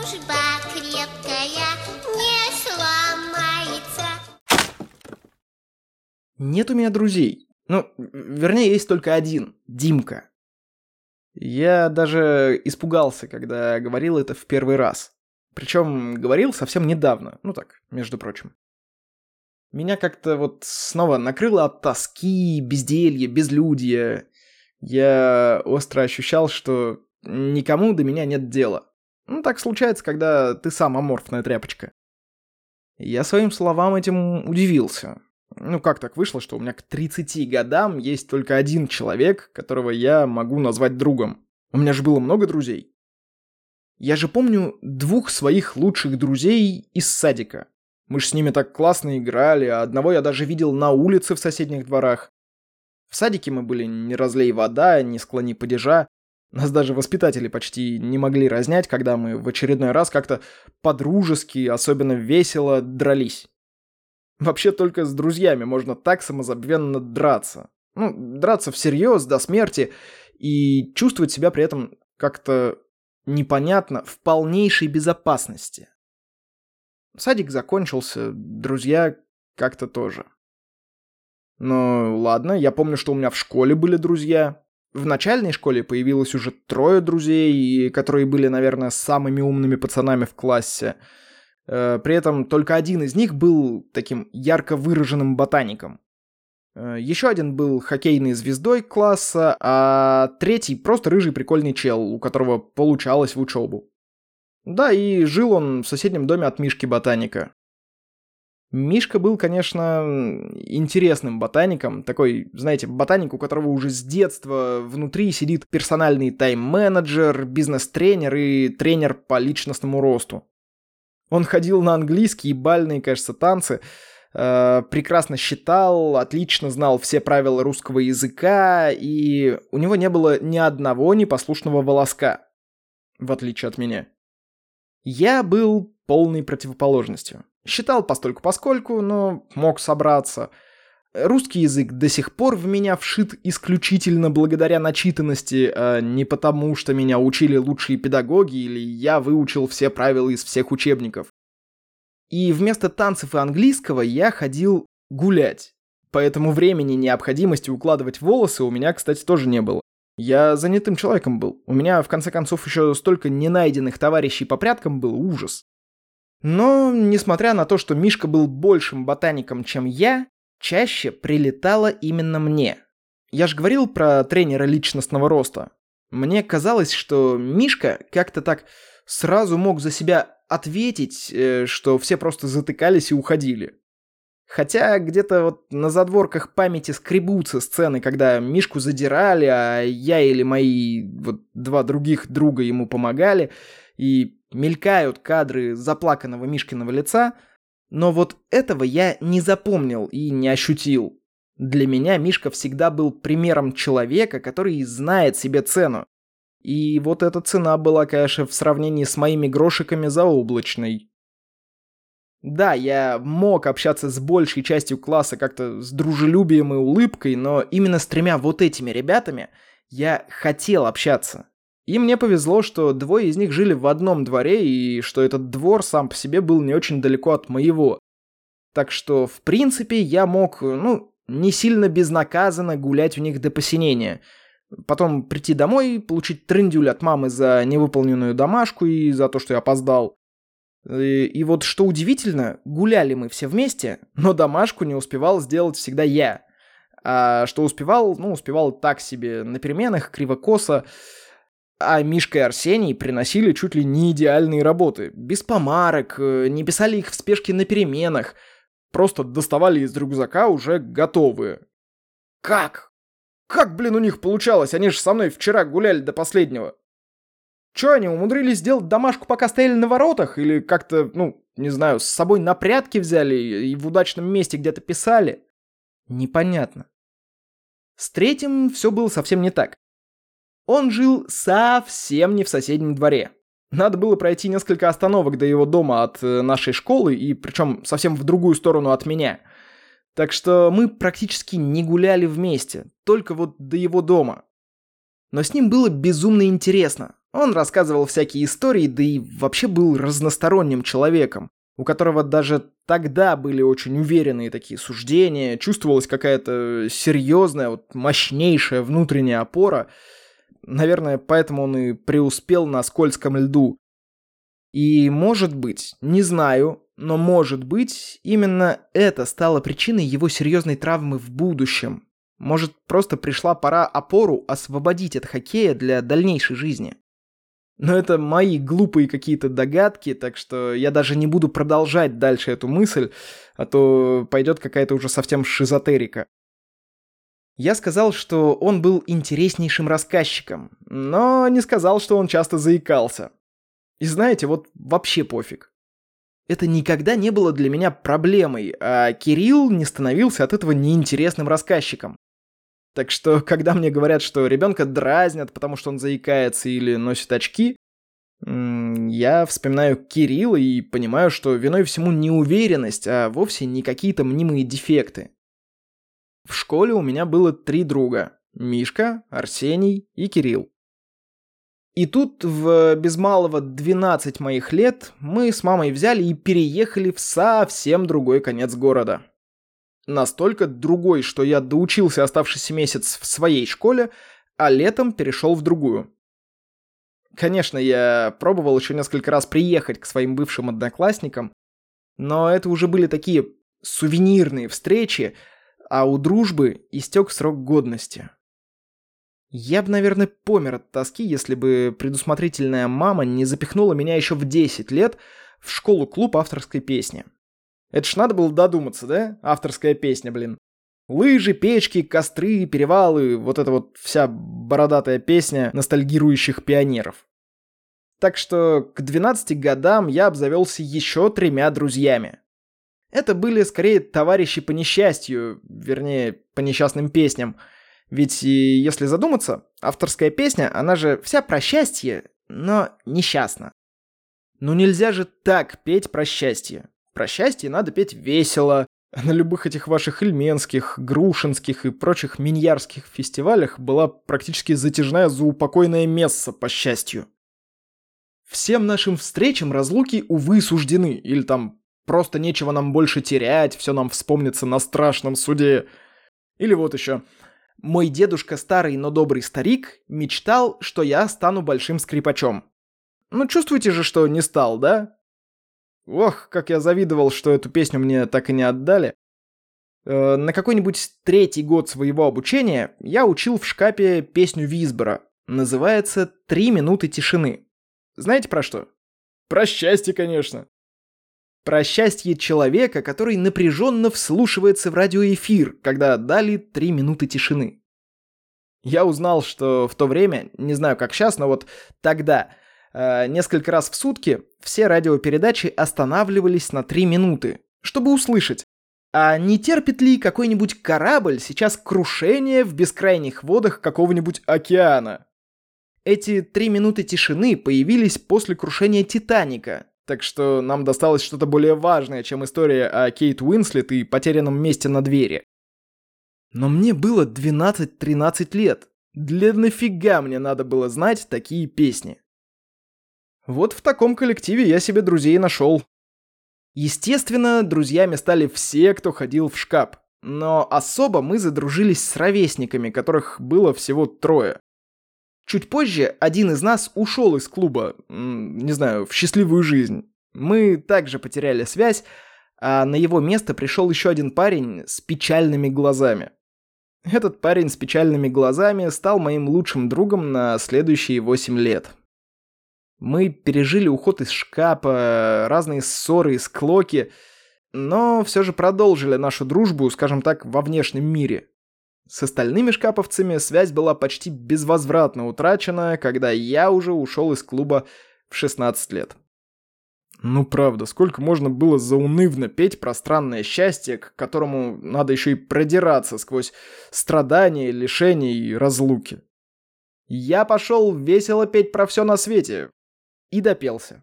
Дружба крепкая не сломается. Нет у меня друзей. Вернее, есть только один. Димка. Я даже испугался, когда говорил это в первый раз. Причем говорил совсем недавно. Между прочим. Меня как-то снова накрыло от тоски, безделья, безлюдья. Я остро ощущал, что никому до меня нет дела. Так случается, когда ты сам аморфная тряпочка. Я своим словам этим удивился. Как так вышло, что у меня к 30 годам есть только один человек, которого я могу назвать другом? У меня же было много друзей. Я же помню 2 своих лучших друзей из садика. Мы ж с ними так классно играли, а одного я даже видел на улице в соседних дворах. В садике мы были не разлей вода, не склони падежа. Нас даже воспитатели почти не могли разнять, когда мы в очередной раз как-то по-дружески, особенно весело дрались. Вообще только с друзьями можно так самозабвенно драться. Драться всерьез, до смерти, и чувствовать себя при этом как-то непонятно в полнейшей безопасности. Садик закончился, друзья как-то тоже. Ладно, я помню, что у меня в школе были друзья. В начальной школе появилось уже 3 друзей, которые были, наверное, самыми умными пацанами в классе. При этом только один из них был таким ярко выраженным ботаником. Еще один был хоккейной звездой класса, а 3 просто рыжий прикольный чел, у которого получалось в учебу. Да, и жил он в соседнем доме от Мишки ботаника. Мишка был, конечно, интересным ботаником. Такой, знаете, ботаник, у которого уже с детства внутри сидит персональный тайм-менеджер, бизнес-тренер и тренер по личностному росту. Он ходил на английский и бальные, кажется, танцы, прекрасно считал, отлично знал все правила русского языка, и у него не было ни одного непослушного волоска, в отличие от меня. Я был полной противоположностью. Считал постольку-поскольку, но мог собраться. Русский язык до сих пор в меня вшит исключительно благодаря начитанности, а не потому, что меня учили лучшие педагоги или я выучил все правила из всех учебников. И вместо танцев и английского я ходил гулять. Поэтому времени необходимости укладывать волосы у меня, кстати, тоже не было. Я занятым человеком был. У меня, в конце концов, еще столько ненайденных товарищей по пряткам был, ужас. Но, несмотря на то, что Мишка был большим ботаником, чем я, чаще прилетало именно мне. Я же говорил про тренера личностного роста. Мне казалось, что Мишка как-то так сразу мог за себя ответить, что все просто затыкались и уходили. Хотя где-то на задворках памяти скребутся сцены, когда Мишку задирали, а я или мои 2 других друга ему помогали, и мелькают кадры заплаканного Мишкиного лица, но этого я не запомнил и не ощутил. Для меня Мишка всегда был примером человека, который знает себе цену. И эта цена была, конечно, в сравнении с моими грошиками заоблачной. Да, я мог общаться с большей частью класса как-то с дружелюбием и улыбкой, но именно с 3 этими ребятами я хотел общаться. И мне повезло, что 2 из них жили в одном дворе, и что этот двор сам по себе был не очень далеко от моего. Так что, в принципе, я мог, не сильно безнаказанно гулять у них до посинения. Потом прийти домой, получить трындюль от мамы за невыполненную домашку и за то, что я опоздал. И что удивительно, гуляли мы все вместе, но домашку не успевал сделать всегда я. А что успевал, успевал так себе, на переменах, криво-косо. А Мишка и Арсений приносили чуть ли не идеальные работы. Без помарок, не писали их в спешке на переменах. Просто доставали из рюкзака уже готовые. Как? Как, у них получалось? Они же со мной вчера гуляли до последнего. Чё, они умудрились сделать домашку, пока стояли на воротах? Или как-то, не знаю, с собой на прятки взяли и в удачном месте где-то писали? Непонятно. С 3 все было совсем не так. Он жил совсем не в соседнем дворе. Надо было пройти несколько остановок до его дома от нашей школы, и причем совсем в другую сторону от меня. Так что мы практически не гуляли вместе, только до его дома. Но с ним было безумно интересно. Он рассказывал всякие истории, да и вообще был разносторонним человеком, у которого даже тогда были очень уверенные такие суждения, чувствовалась какая-то серьезная, вот мощнейшая внутренняя опора. Наверное, поэтому он и преуспел на скользком льду. И может быть, не знаю, но может быть, именно это стало причиной его серьезной травмы в будущем. Может, просто пришла пора опору освободить от хоккея для дальнейшей жизни. Но это мои глупые какие-то догадки, так что я даже не буду продолжать дальше эту мысль, а то пойдет какая-то уже совсем шизотерика. Я сказал, что он был интереснейшим рассказчиком, но не сказал, что он часто заикался. И знаете, вот вообще пофиг. Это никогда не было для меня проблемой, а Кирилл не становился от этого неинтересным рассказчиком. Так что, когда мне говорят, что ребенка дразнят, потому что он заикается или носит очки, я вспоминаю Кирилла и понимаю, что виной всему не уверенность, а вовсе не какие-то мнимые дефекты. В школе у меня было 3 друга – Мишка, Арсений и Кирилл. И тут в без малого 12 моих лет мы с мамой взяли и переехали в совсем другой конец города. Настолько другой, что я доучился оставшийся месяц в своей школе, а летом перешел в другую. Конечно, я пробовал еще несколько раз приехать к своим бывшим одноклассникам, но это уже были такие сувенирные встречи, а у дружбы истек срок годности. Я бы, наверное, помер от тоски, если бы предусмотрительная мама не запихнула меня еще в 10 лет в школу-клуб авторской песни. Это ж надо было додуматься, да? Авторская песня, блин. Лыжи, печки, костры, перевалы, вот эта вот вся бородатая песня ностальгирующих пионеров. Так что к 12 годам я обзавелся еще 3 друзьями. Это были скорее товарищи по несчастью, вернее, по несчастным песням. Ведь если задуматься, авторская песня, она же вся про счастье, но несчастна. Ну нельзя же так петь про счастье. Про счастье надо петь весело. На любых этих ваших ильменских, грушинских и прочих миньярских фестивалях была практически затяжная заупокойная месса по счастью. Всем нашим встречам разлуки, увы, суждены. Или там просто нечего нам больше терять, все нам вспомнится на страшном суде. Или вот еще. Мой дедушка, старый, но добрый старик, мечтал, что я стану большим скрипачом. Ну чувствуете же, что не стал, да? Ох, как я завидовал, что эту песню мне так и не отдали. На какой-нибудь 3-й год своего обучения я учил в шкапе песню Визбора. Называется «3 минуты тишины». Знаете про что? Про счастье, конечно. Про счастье человека, который напряженно вслушивается в радиоэфир, когда дали 3 минуты тишины. Я узнал, что в то время, не знаю как сейчас, но вот тогда... несколько раз в сутки все радиопередачи останавливались на 3 минуты, чтобы услышать, а не терпит ли какой-нибудь корабль сейчас крушение в бескрайних водах какого-нибудь океана. Эти 3 минуты тишины появились после крушения Титаника, так что нам досталось что-то более важное, чем история о Кейт Уинслет и потерянном месте на двери. Но мне было 12-13 лет. Для нафига мне надо было знать такие песни? Вот в таком коллективе я себе друзей нашел. Естественно, друзьями стали все, кто ходил в шкаф. Но особо мы задружились с ровесниками, которых было всего 3. Чуть позже один из нас ушел из клуба, не знаю, в счастливую жизнь. Мы также потеряли связь, а на его место пришел еще один парень с печальными глазами. Этот парень с печальными глазами стал моим лучшим другом на следующие 8 лет. Мы пережили уход из шкафа, разные ссоры и склоки, но все же продолжили нашу дружбу, скажем так, во внешнем мире. С остальными шкаповцами связь была почти безвозвратно утрачена, когда я уже ушел из клуба в 16 лет. Ну правда, сколько можно было заунывно петь про странное счастье, к которому надо еще и продираться сквозь страдания, лишения и разлуки. Я пошел весело петь про все на свете. И допелся.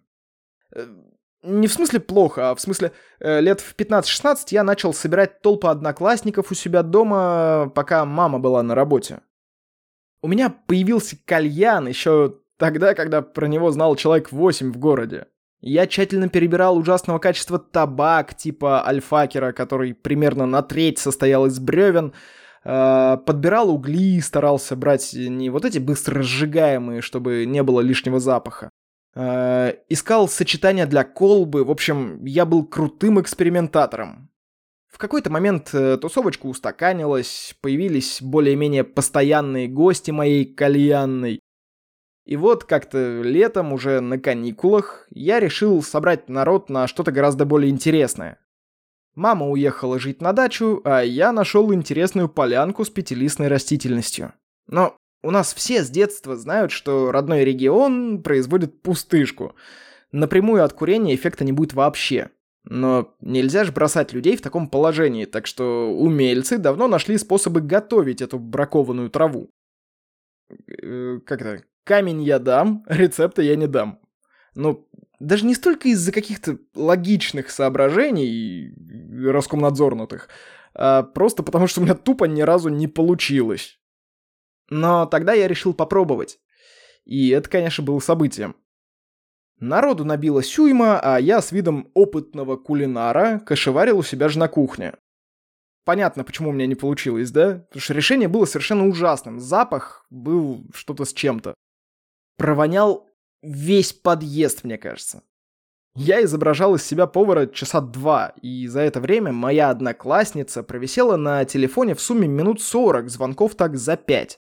Не в смысле плохо, а в смысле лет в 15-16 я начал собирать толпы одноклассников у себя дома, пока мама была на работе. У меня появился кальян еще Тогда, когда про него знал человек 8 в городе. Я тщательно перебирал ужасного качества табак типа альфакера, который примерно на треть состоял из бревен, подбирал угли, старался брать не вот эти быстро сжигаемые, чтобы не было лишнего запаха. Искал сочетания для колбы, в общем, я был крутым экспериментатором. В какой-то момент тусовочка устаканилась, появились более-менее постоянные гости моей кальянной. И вот как-то летом, уже на каникулах, я решил собрать народ на что-то гораздо более интересное. Мама уехала жить на дачу, а я нашел интересную полянку с пятилистной растительностью. Но у нас все с детства знают, что родной регион производит пустышку. Напрямую от курения эффекта не будет вообще. Но нельзя же бросать людей в таком положении, так что умельцы давно нашли способы готовить эту бракованную траву. Как-то... Камень я дам, рецепта я не дам. Ну, даже не столько из-за каких-то логичных соображений, роскомнадзорнутых, а просто потому, что у меня тупо ни разу не получилось. Но тогда я решил попробовать. И это, конечно, было событием. Народу набилась уйма, а я с видом опытного кулинара кошеварил у себя же на кухне. Понятно, почему у меня не получилось, да? Потому что решение было совершенно ужасным. Запах был что-то с чем-то. Провонял весь подъезд, мне кажется. Я изображал из себя повара часа 2, и за это время моя одноклассница провисела на телефоне в сумме минут 40, звонков так за 5.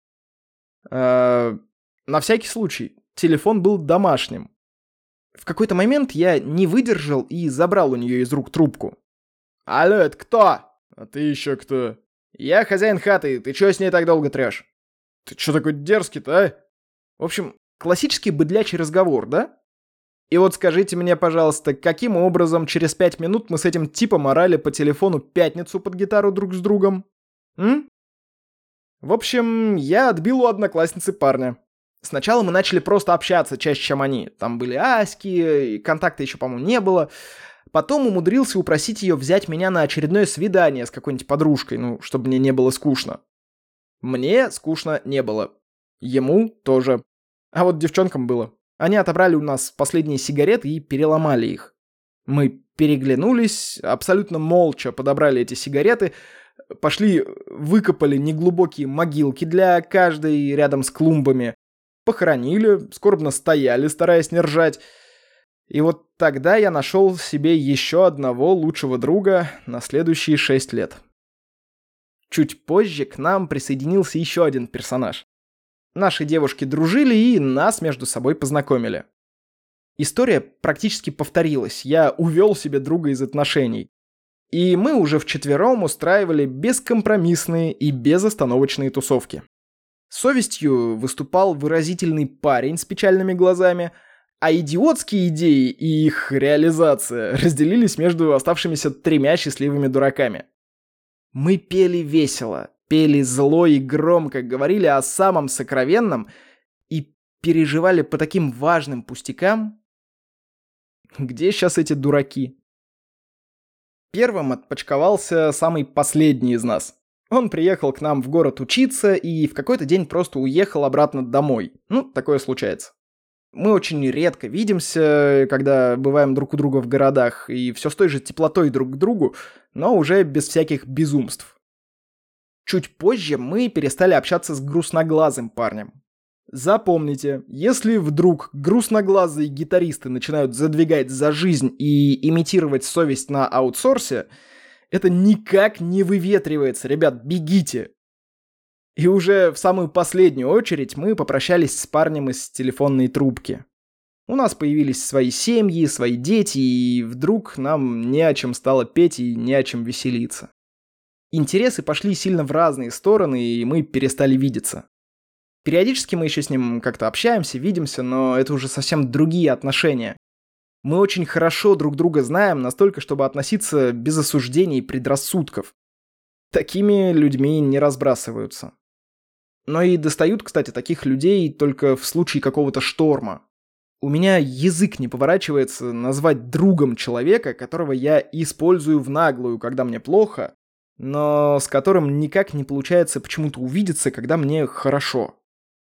На всякий случай, телефон был домашним. В какой-то момент я не выдержал и забрал у нее из рук трубку. «Алло, это кто?» «А ты еще кто?» «Я хозяин хаты, ты чё с ней так долго трёшь?» «Ты чё такой дерзкий-то, а?» В общем, классический быдлячий разговор, да? И вот скажите мне, пожалуйста, каким образом через 5 минут мы с этим типом орали по телефону пятницу под гитару друг с другом? В общем, я отбил у одноклассницы парня. Сначала мы начали просто общаться чаще, чем они. Там были аськи, и контакта еще, по-моему, не было. Потом умудрился упросить ее взять меня на очередное свидание с какой-нибудь подружкой, чтобы мне не было скучно. Мне скучно не было. Ему тоже. А вот девчонкам было. Они отобрали у нас последние сигареты и переломали их. Мы переглянулись, абсолютно молча подобрали эти сигареты, пошли, выкопали неглубокие могилки для каждой рядом с клумбами, похоронили, скорбно стояли, стараясь не ржать. И вот тогда я нашел себе еще одного лучшего друга на следующие 6 лет. Чуть позже к нам присоединился еще один персонаж. Наши девушки дружили и нас между собой познакомили. История практически повторилась. Я увел себе друга из отношений. И мы уже вчетвером устраивали бескомпромиссные и безостановочные тусовки. Совестью выступал выразительный парень с печальными глазами, а идиотские идеи и их реализация разделились между оставшимися 3 счастливыми дураками. Мы пели весело, пели зло и громко, говорили о самом сокровенном и переживали по таким важным пустякам. Где сейчас эти дураки? Первым отпочковался самый последний из нас. Он приехал к нам в город учиться и в какой-то день просто уехал обратно домой. Такое случается. Мы очень редко видимся, когда бываем друг у друга в городах, и все с той же теплотой друг к другу, но уже без всяких безумств. Чуть позже мы перестали общаться с грустноглазым парнем. Запомните, если вдруг грустноглазые гитаристы начинают задвигать за жизнь и имитировать совесть на аутсорсе, это никак не выветривается, ребят, бегите. И уже в самую последнюю очередь мы попрощались с парнем из телефонной трубки. У нас появились свои семьи, свои дети, и вдруг нам не о чем стало петь и не о чем веселиться. Интересы пошли сильно в разные стороны, и мы перестали видеться. Периодически мы еще с ним как-то общаемся, видимся, но это уже совсем другие отношения. Мы очень хорошо друг друга знаем, настолько, чтобы относиться без осуждений и предрассудков. Такими людьми не разбрасываются. Но и достают, кстати, таких людей только в случае какого-то шторма. У меня язык не поворачивается назвать другом человека, которого я использую в наглую, когда мне плохо, но с которым никак не получается почему-то увидеться, когда мне хорошо.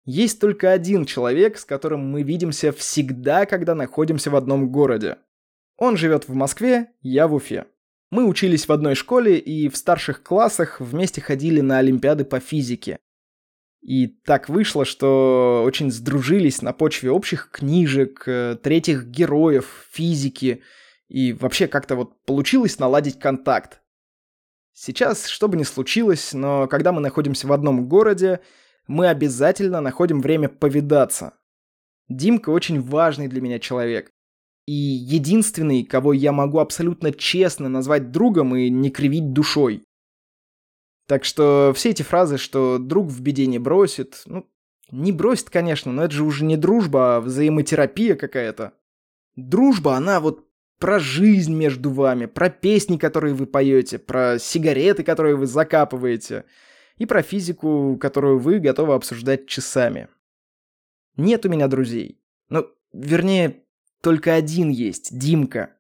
Есть только один человек, с которым мы видимся всегда, когда находимся в одном городе. Он живет в Москве, я в Уфе. Мы учились в одной школе и в старших классах вместе ходили на олимпиады по физике. И так вышло, что очень сдружились на почве общих книжек, третьих героев, физики. И вообще как-то вот получилось наладить контакт. Сейчас, что бы ни случилось, но когда мы находимся в одном городе, мы обязательно находим время повидаться. Димка очень важный для меня человек. И единственный, кого я могу абсолютно честно назвать другом и не кривить душой. Так что все эти фразы, что друг в беде не бросит, не бросит, конечно, но это же уже не дружба, а взаимотерапия какая-то. Дружба, она вот про жизнь между вами, про песни, которые вы поете, про сигареты, которые вы закапываете, и про физику, которую вы готовы обсуждать часами. Нет у меня друзей. Вернее, только один есть, Димка.